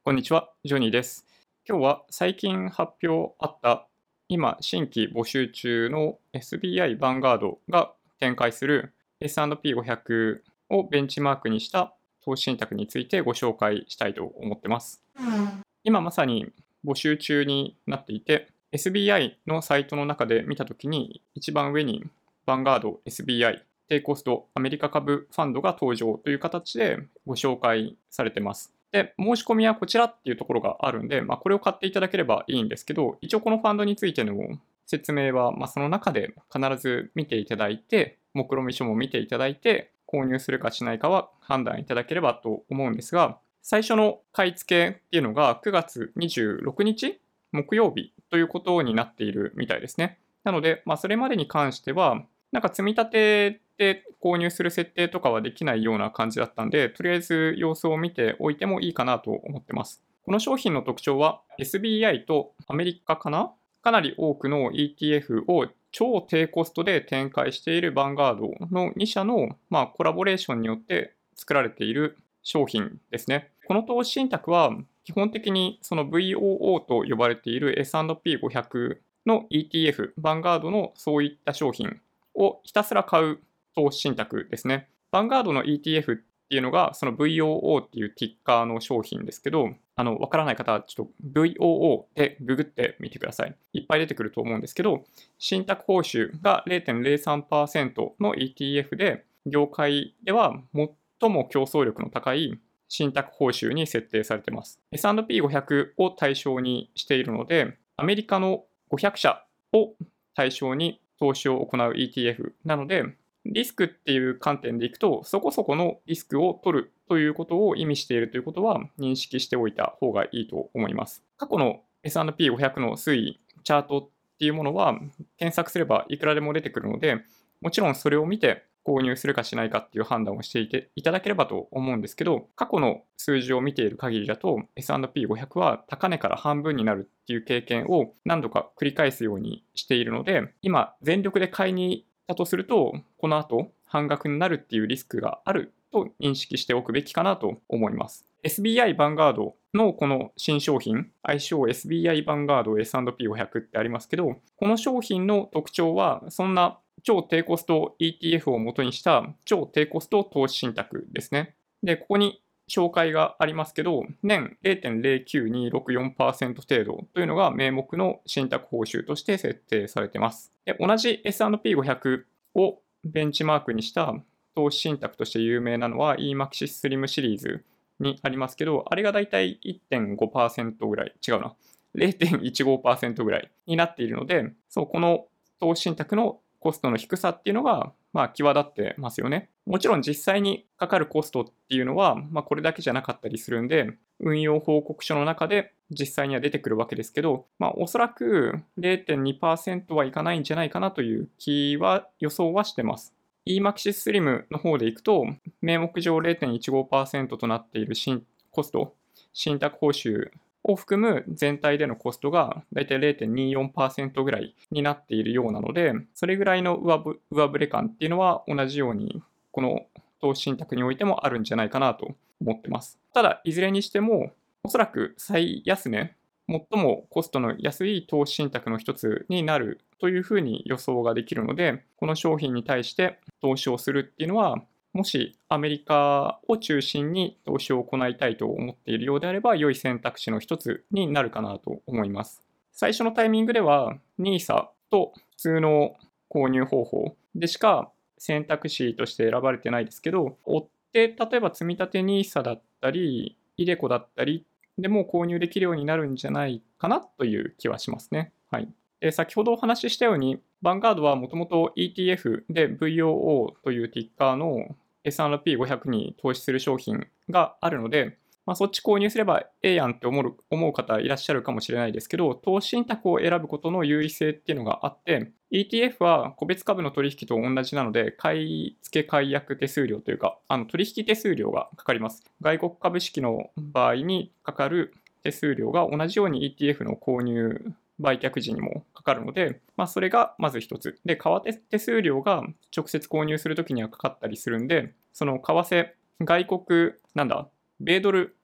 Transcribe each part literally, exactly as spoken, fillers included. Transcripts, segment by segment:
こんにちは、ジョニーです。今日は最近発表あった今新規募集中の エスビーアイ ヴァンガードが展開する エスアンドピーごひゃく をベンチマークにした投資信託についてご紹介したいと思ってます。今まさに募集中になっていて エスビーアイ のサイトの中で見たときに一番上にヴァンガード エスビーアイ 低コストアメリカ株ファンドが登場という形でご紹介されてます。で、申し込みはこちらっていうところがあるんで、まあ、これを買っていただければいいんですけど、一応このファンドについての説明は、まあ、その中で必ず見ていただいて、目論見書も見ていただいて、購入するかしないかは判断いただければと思うんですが、最初の買い付けっていうのがくがつにじゅうろくにち木曜日ということになっているみたいですね。なので、まあ、それまでに関しては、なんか積み立てで購入する設定とかはできないような感じだったんで、とりあえず様子を見ておいてもいいかなと思ってます。この商品の特徴は エスビーアイ とアメリカかなかなり多くの イーティーエフ を超低コストで展開しているヴァンガードのに社の、まあ、コラボレーションによって作られている商品ですね。この投資信託は基本的にその ブイオーオー と呼ばれている エスアンドピーごひゃく の イーティーエフ、ヴァンガードのそういった商品をひたすら買う投資信託ですね。ヴァンガードの イーティーエフ っていうのがその ブイオーオー っていうティッカーの商品ですけど、あの、わからない方はちょっと ブイオーオー でググってみてください。いっぱい出てくると思うんですけど、信託報酬が ゼロてんゼロさんパーセント の イーティーエフ で、業界では最も競争力の高い信託報酬に設定されています。エスアンドピーごひゃく を対象にしているので、アメリカのごひゃく社を対象に投資を行う イーティーエフ なので、リスクっていう観点でいくと、そこそこのリスクを取るということを意味しているということは認識しておいた方がいいと思います。過去の エスアンドピーごひゃく の推移、チャートっていうものは検索すればいくらでも出てくるので、もちろんそれを見て購入するかしないかっていう判断をしていていただければと思うんですけど、過去の数字を見ている限りだと エスアンドピーごひゃく は高値から半分になるっていう経験を何度か繰り返すようにしているので、今全力で買いにだとすると、この後半額になるっていうリスクがあると認識しておくべきかなと思います。エスビーアイ ヴァンガードのこの新商品、愛称 エスビーアイ ヴァンガード エスアンドピーごひゃく ってありますけど、この商品の特徴は、そんな超低コスト イーティーエフ を元にした超低コスト投資信託ですね。で、ここに紹介がありますけど、年 ゼロてんゼロきゅうにろくよんパーセント 程度というのが名目の信託報酬として設定されています。で、同じ エスアンドピーごひゃく をベンチマークにした投資信託として有名なのは イーマキシススリムシリーズにありますけど、あれがだいたい いってんごパーセント ぐらい、違うな、ゼロてんいちごパーセント ぐらいになっているので、そう、この投資信託のコストの低さっていうのが、まあ、際立ってますよね。もちろん実際にかかるコストっていうのは、まあ、これだけじゃなかったりするんで、運用報告書の中で実際には出てくるわけですけど、まあ、おそらく ゼロてんにパーセント はいかないんじゃないかなという気は、予想はしてます。イーマキシススリムの方でいくと、名目上 ゼロてんいちごパーセント となっている新コスト、信託報酬を含む全体でのコストがだいたい ゼロてんによんパーセント ぐらいになっているようなので、それぐらいの上ぶ上振れ感っていうのは同じようにこの投資信託においてもあるんじゃないかなと思ってます。ただ、いずれにしてもおそらく最安値、最もコストの安い投資信託の一つになるというふうに予想ができるので、この商品に対して投資をするっていうのは、もしアメリカを中心に投資を行いたいと思っているようであれば、良い選択肢の一つになるかなと思います。最初のタイミングでは ニーサ と普通の購入方法でしか選択肢として選ばれてないですけど、追って例えば積み立て ニーサ だったり、イデコだったりでも購入できるようになるんじゃないかなという気はしますね。はい。で、先ほどお話ししたように、ヴァンガードはもともと イーティーエフ で ブイオーオー というティッカーの エスアンドピーごひゃく に投資する商品があるので、まあ、そっち購入すればええやんって思う思う方いらっしゃるかもしれないですけど、投資信託を選ぶことの優位性っていうのがあって、イーティーエフ は個別株の取引と同じなので、買い付け解約手数料というか、あの取引手数料がかかります。外国株式の場合にかかる手数料が同じように イーティーエフ の購入売却時にもかかるので、まあ、それがまず一つ。で、為替手数料が直接購入するときにはかかったりするんで、その為替、外国、なんだ、米ドル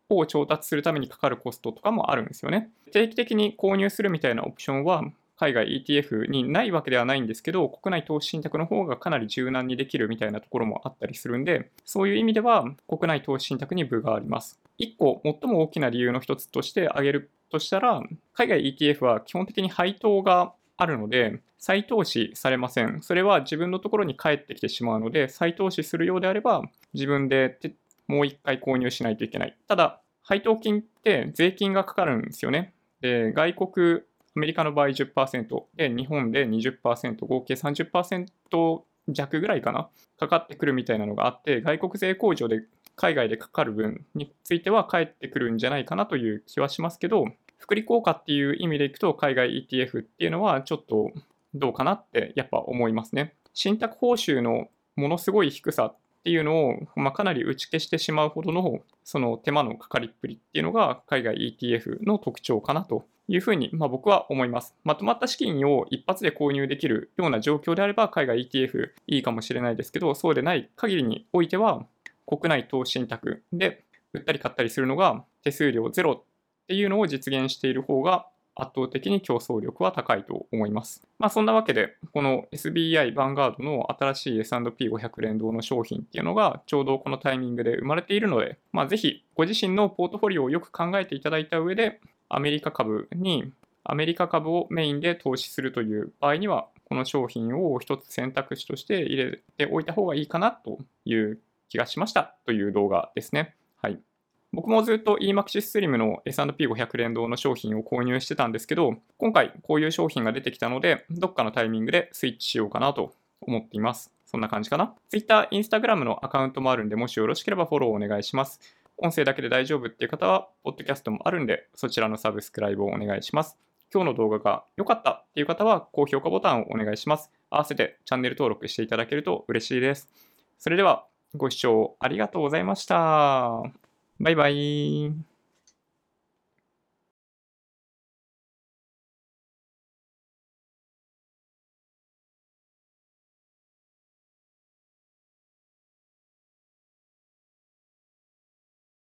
を調達するためにかかるコストとかもあるんですよね。定期的に購入するみたいなオプションは海外 イーティーエフ にないわけではないんですけど、国内投資信託の方がかなり柔軟にできるみたいなところもあったりするんで、そういう意味では国内投資信託に分があります。いっこ、最も大きな理由の一つとして挙げるとしたら、海外 イーティーエフ は基本的に配当があるので、再投資されません。それは自分のところに返ってきてしまうので、再投資するようであれば、自分でもう一回購入しないといけない。ただ、配当金って税金がかかるんですよね。で、外国、アメリカの場合じゅっパーセントで、日本で にじゅっパーセント、合計 さんじゅっパーセント 弱ぐらいかな、かかってくるみたいなのがあって、外国税控除で海外でかかる分については返ってくるんじゃないかなという気はしますけど、複利効果っていう意味でいくと、海外 イーティーエフ っていうのはちょっとどうかなってやっぱ思いますね。信託報酬のものすごい低さっていうのを、まあ、かなり打ち消してしまうほどのその手間のかかりっぷりっていうのが海外 イーティーエフ の特徴かなというふうに、まあ、僕は思います。まとまった資金を一発で購入できるような状況であれば海外 イーティーエフ いいかもしれないですけど、そうでない限りにおいては国内投資信託で売ったり買ったりするのが手数料ゼロっていうのを実現している方が圧倒的に競争力は高いと思います。まあそんなわけで、この エスビーアイ ヴァンガードの新しい エスアンドピーごひゃく 連動の商品っていうのがちょうどこのタイミングで生まれているので、まあぜひご自身のポートフォリオをよく考えていただいた上で、アメリカ株に、アメリカ株をメインで投資するという場合には、この商品を一つ選択肢として入れておいた方がいいかなという気がしましたという動画ですね。はい。僕もずっと イーマクシス Slim の エスアンドピーごひゃく 連動の商品を購入してたんですけど、今回こういう商品が出てきたので、どっかのタイミングでスイッチしようかなと思っています。そんな感じかな。Twitter、Instagram のアカウントもあるんで、もしよろしければフォローお願いします。音声だけで大丈夫っていう方は、ポッドキャストもあるんで、そちらのサブスクライブをお願いします。今日の動画が良かったっていう方は、高評価ボタンをお願いします。合わせてチャンネル登録していただけると嬉しいです。それでは、ご視聴ありがとうございました。バイバイ。